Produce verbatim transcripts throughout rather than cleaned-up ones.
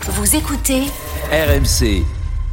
Vous écoutez R M C.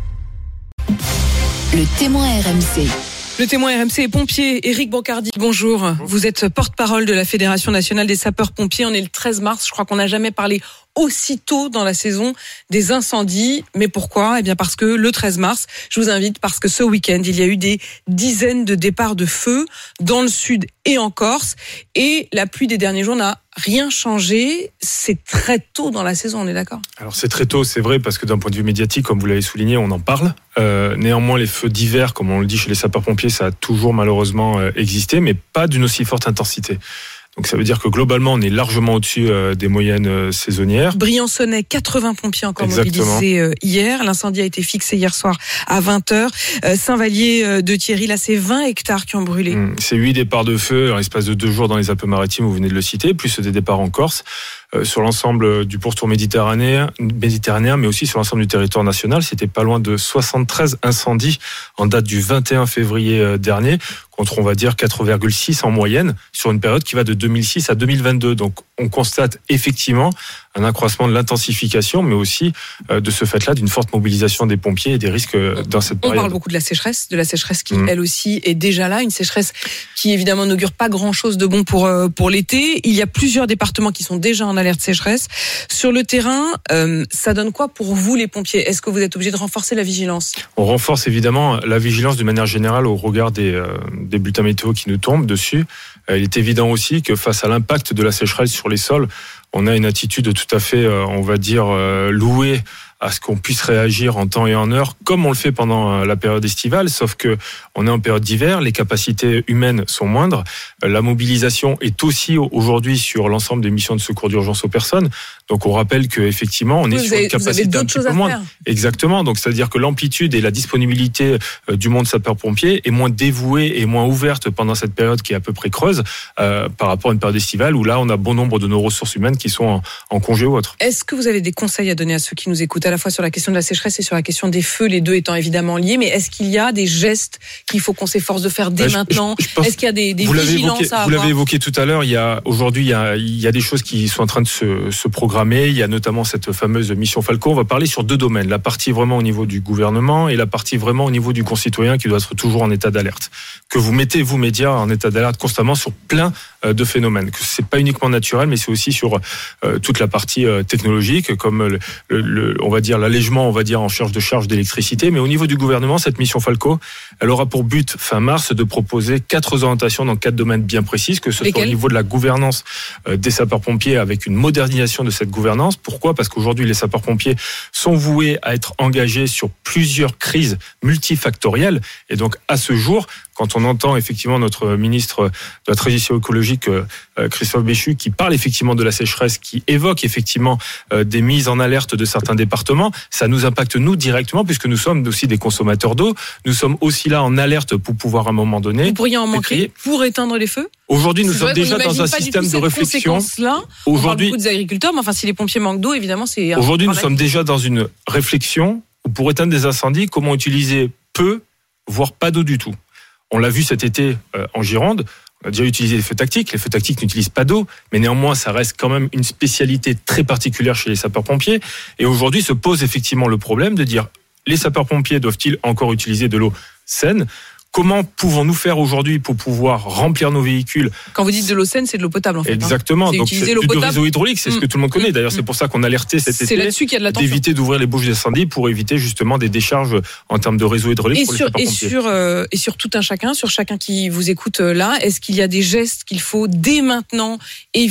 Le témoin R M C. Le témoin R M C est pompier. Éric Bancardi, bonjour. bonjour. Vous êtes porte-parole de la Fédération nationale des sapeurs-pompiers. On est le treize mars. Je crois qu'on n'a jamais parlé aussitôt dans la saison des incendies. Mais pourquoi ? Eh bien parce que le treize mars, je vous invite parce que ce week-end, il y a eu des dizaines de départs de feu dans le sud et en Corse. Et la pluie des derniers jours n'a rien changé. C'est très tôt dans la saison, on est d'accord ? Alors c'est très tôt, c'est vrai, parce que d'un point de vue médiatique, comme vous l'avez souligné, on en parle. Euh, néanmoins, les feux d'hiver, comme on le dit chez les sapeurs-pompiers, ça a toujours malheureusement euh, existé, mais pas d'une aussi forte intensité. Donc ça veut dire que globalement, on est largement au-dessus euh, des moyennes euh, saisonnières. Briançonnais, quatre-vingts pompiers encore Exactement. mobilisés euh, hier. L'incendie a été fixé hier soir à vingt heures. Euh, Saint-Vallier euh, de Thierry, là c'est vingt hectares qui ont brûlé. Mmh, c'est huit départs de feu en l'espace de deux jours dans les Alpes-Maritimes, vous venez de le citer, plus des départs en Corse. Euh, sur l'ensemble du pourtour méditerranéen, méditerranéen, mais aussi sur l'ensemble du territoire national, c'était pas loin de soixante-treize incendies en date du vingt et un février dernier, contre on va dire quatre virgule six en moyenne, sur une période qui va de deux mille six à deux mille vingt-deux. Donc on constate effectivement un accroissement de l'intensification, mais aussi euh, de ce fait-là d'une forte mobilisation des pompiers et des risques euh, dans cette période. On parle beaucoup de la sécheresse, de la sécheresse qui, mmh. elle aussi, est déjà là, une sécheresse qui évidemment n'augure pas grand-chose de bon pour euh, pour l'été. Il y a plusieurs départements qui sont déjà en alerte sécheresse. Sur le terrain, euh, ça donne quoi pour vous les pompiers ? Est-ce que vous êtes obligés de renforcer la vigilance ? On renforce évidemment la vigilance de manière générale au regard des, euh, des bulletins météo qui nous tombent dessus. Euh, il est évident aussi que face à l'impact de la sécheresse sur les sols, on a une attitude tout à fait, euh, on va dire, euh, louée à ce qu'on puisse réagir en temps et en heure, comme on le fait pendant la période estivale, sauf que on est en période d'hiver, les capacités humaines sont moindres, la mobilisation est aussi aujourd'hui sur l'ensemble des missions de secours d'urgence aux personnes, donc on rappelle qu'effectivement, on oui, est sur avez, une capacité un petit peu moindre. Exactement, donc c'est-à-dire que l'amplitude et la disponibilité du monde sapeur-pompier est moins dévouée et moins ouverte pendant cette période qui est à peu près creuse euh, par rapport à une période estivale où là, on a bon nombre de nos ressources humaines qui sont en, en congé ou autre. Est-ce que vous avez des conseils à donner à ceux qui nous écoutent, à la fois sur la question de la sécheresse et sur la question des feux, les deux étant évidemment liés, mais est-ce qu'il y a des gestes qu'il faut qu'on s'efforce de faire dès bah, je, maintenant je, je Est-ce qu'il y a des, des vous vigilances évoqué, à Vous avoir l'avez évoqué tout à l'heure, il y a, aujourd'hui, il y a, il y a des choses qui sont en train de se, se programmer. Il y a notamment cette fameuse mission Falco. On va parler sur deux domaines. La partie vraiment au niveau du gouvernement et la partie vraiment au niveau du concitoyen qui doit être toujours en état d'alerte. Que vous mettez, vous, médias, en état d'alerte constamment sur plein de phénomènes. Que c'est pas uniquement naturel, mais c'est aussi sur euh, toute la partie euh, technologique, comme le, le, le, on va dire l'allègement, on va dire en charge de charge d'électricité. Mais au niveau du gouvernement, cette mission Falco, elle aura pour but fin mars de proposer quatre orientations dans quatre domaines bien précis, que ce Lesquels soit au niveau de la gouvernance euh, des sapeurs-pompiers avec une modernisation de cette gouvernance. Pourquoi ? Parce qu'aujourd'hui, les sapeurs-pompiers sont voués à être engagés sur plusieurs crises multifactorielles. Et donc, à ce jour, quand on entend effectivement notre ministre de la Transition écologique, Christophe Béchu, qui parle effectivement de la sécheresse, qui évoque effectivement des mises en alerte de certains départements, ça nous impacte nous directement puisque nous sommes aussi des consommateurs d'eau. Nous sommes aussi là en alerte pour pouvoir à un moment donné... Vous pourriez en manquer pour éteindre les feux ? Aujourd'hui, nous sommes déjà dans un système de réflexion. Là. On parle beaucoup des agriculteurs, mais enfin, si les pompiers manquent d'eau, évidemment, c'est... Aujourd'hui, nous sommes déjà dans une réflexion où pour éteindre des incendies, comment utiliser peu, voire pas d'eau du tout. On l'a vu cet été euh, en Gironde, on a déjà utilisé les feux tactiques. Les feux tactiques n'utilisent pas d'eau, mais néanmoins, ça reste quand même une spécialité très particulière chez les sapeurs-pompiers. Et aujourd'hui, se pose effectivement le problème de dire, les sapeurs-pompiers doivent-ils encore utiliser de l'eau saine ? Comment pouvons-nous faire aujourd'hui pour pouvoir remplir nos véhicules ? Quand vous dites de l'eau saine, c'est de l'eau potable en fait. Exactement. Hein. C'est donc utiliser c'est l'eau du potable. réseau hydraulique, c'est mmh. ce que tout le monde connaît. D'ailleurs, mmh. c'est pour ça qu'on a alerté cet c'est été là-dessus qu'il y a de la tension. D'éviter d'ouvrir les bouches d'incendie pour éviter justement des décharges en termes de réseau hydraulique et pour sur, les sapeurs-pompiers. Et sur, euh, et sur tout un chacun, sur chacun qui vous écoute là, est-ce qu'il y a des gestes qu'il faut dès maintenant éviter ?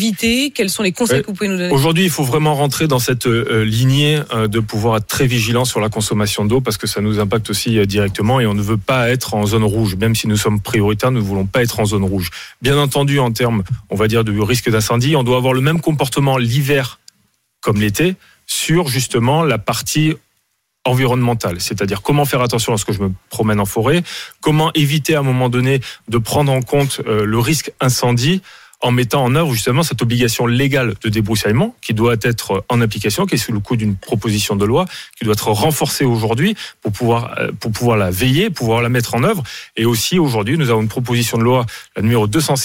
Quels sont les conseils ouais. que vous pouvez nous donner ? Aujourd'hui, il faut vraiment rentrer dans cette euh, lignée euh, de pouvoir être très vigilant sur la consommation d'eau parce que ça nous impacte aussi euh, directement et on ne veut pas être en zone rouge, même si nous sommes prioritaires, nous ne voulons pas être en zone rouge. Bien entendu, en termes, on va dire, de risque d'incendie, on doit avoir le même comportement l'hiver comme l'été sur justement la partie environnementale, c'est-à-dire comment faire attention lorsque je me promène en forêt, comment éviter à un moment donné de prendre en compte euh, le risque incendie en mettant en œuvre justement cette obligation légale de débroussaillement qui doit être en application, qui est sous le coup d'une proposition de loi, qui doit être renforcée aujourd'hui pour pouvoir, pour pouvoir la veiller, pouvoir la mettre en œuvre. Et aussi aujourd'hui, nous avons une proposition de loi, la numéro deux cent six,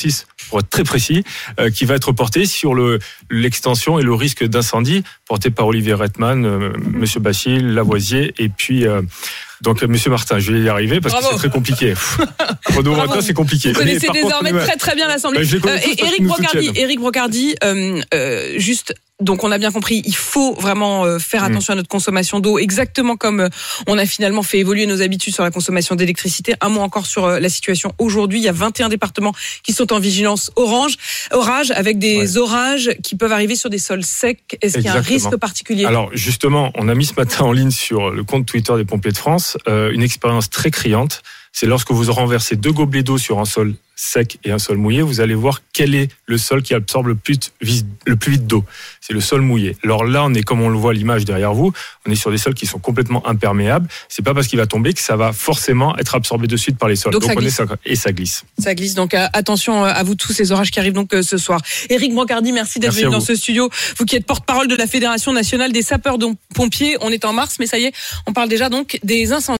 pour être très précis, euh, qui va être porté sur le, l'extension et le risque d'incendie porté par Olivier Reitman, euh, Monsieur Bachil, Lavoisier et puis euh, donc Monsieur Martin. Je vais y arriver parce Bravo. que c'est très compliqué. Renaud Martin, c'est compliqué. Vous connaissez désormais contre, très très bien l'Assemblée. Euh, et Éric Brocardi, Éric Brocardi, euh, euh, juste. Donc on a bien compris, il faut vraiment euh, faire attention mmh. à notre consommation d'eau, exactement comme euh, on a finalement fait évoluer nos habitudes sur la consommation d'électricité. Un mot encore sur euh, la situation aujourd'hui. Il y a vingt et un départements qui sont en vigilance orange, orage, avec des ouais. orages qui peuvent arriver sur des sols secs. Est-ce Exactement. qu'il y a un risque particulier ? Alors justement, on a mis ce matin en ligne sur le compte Twitter des pompiers de France euh, une expérience très criante. C'est lorsque vous renversez deux gobelets d'eau sur un sol sec et un sol mouillé, vous allez voir quel est le sol qui absorbe le plus, le plus vite d'eau. C'est le sol mouillé. Alors là, on est, comme on le voit à l'image derrière vous, on est sur des sols qui sont complètement imperméables. C'est pas parce qu'il va tomber que ça va forcément être absorbé de suite par les sols. Donc, donc ça on glisse. Est, et ça glisse. Ça glisse. Donc euh, attention à vous tous ces orages qui arrivent donc euh, ce soir. Éric Brocardi, merci d'être merci venu dans ce studio. Vous qui êtes porte-parole de la Fédération nationale des sapeurs-pompiers. On est en mars, mais ça y est, on parle déjà donc des incendies.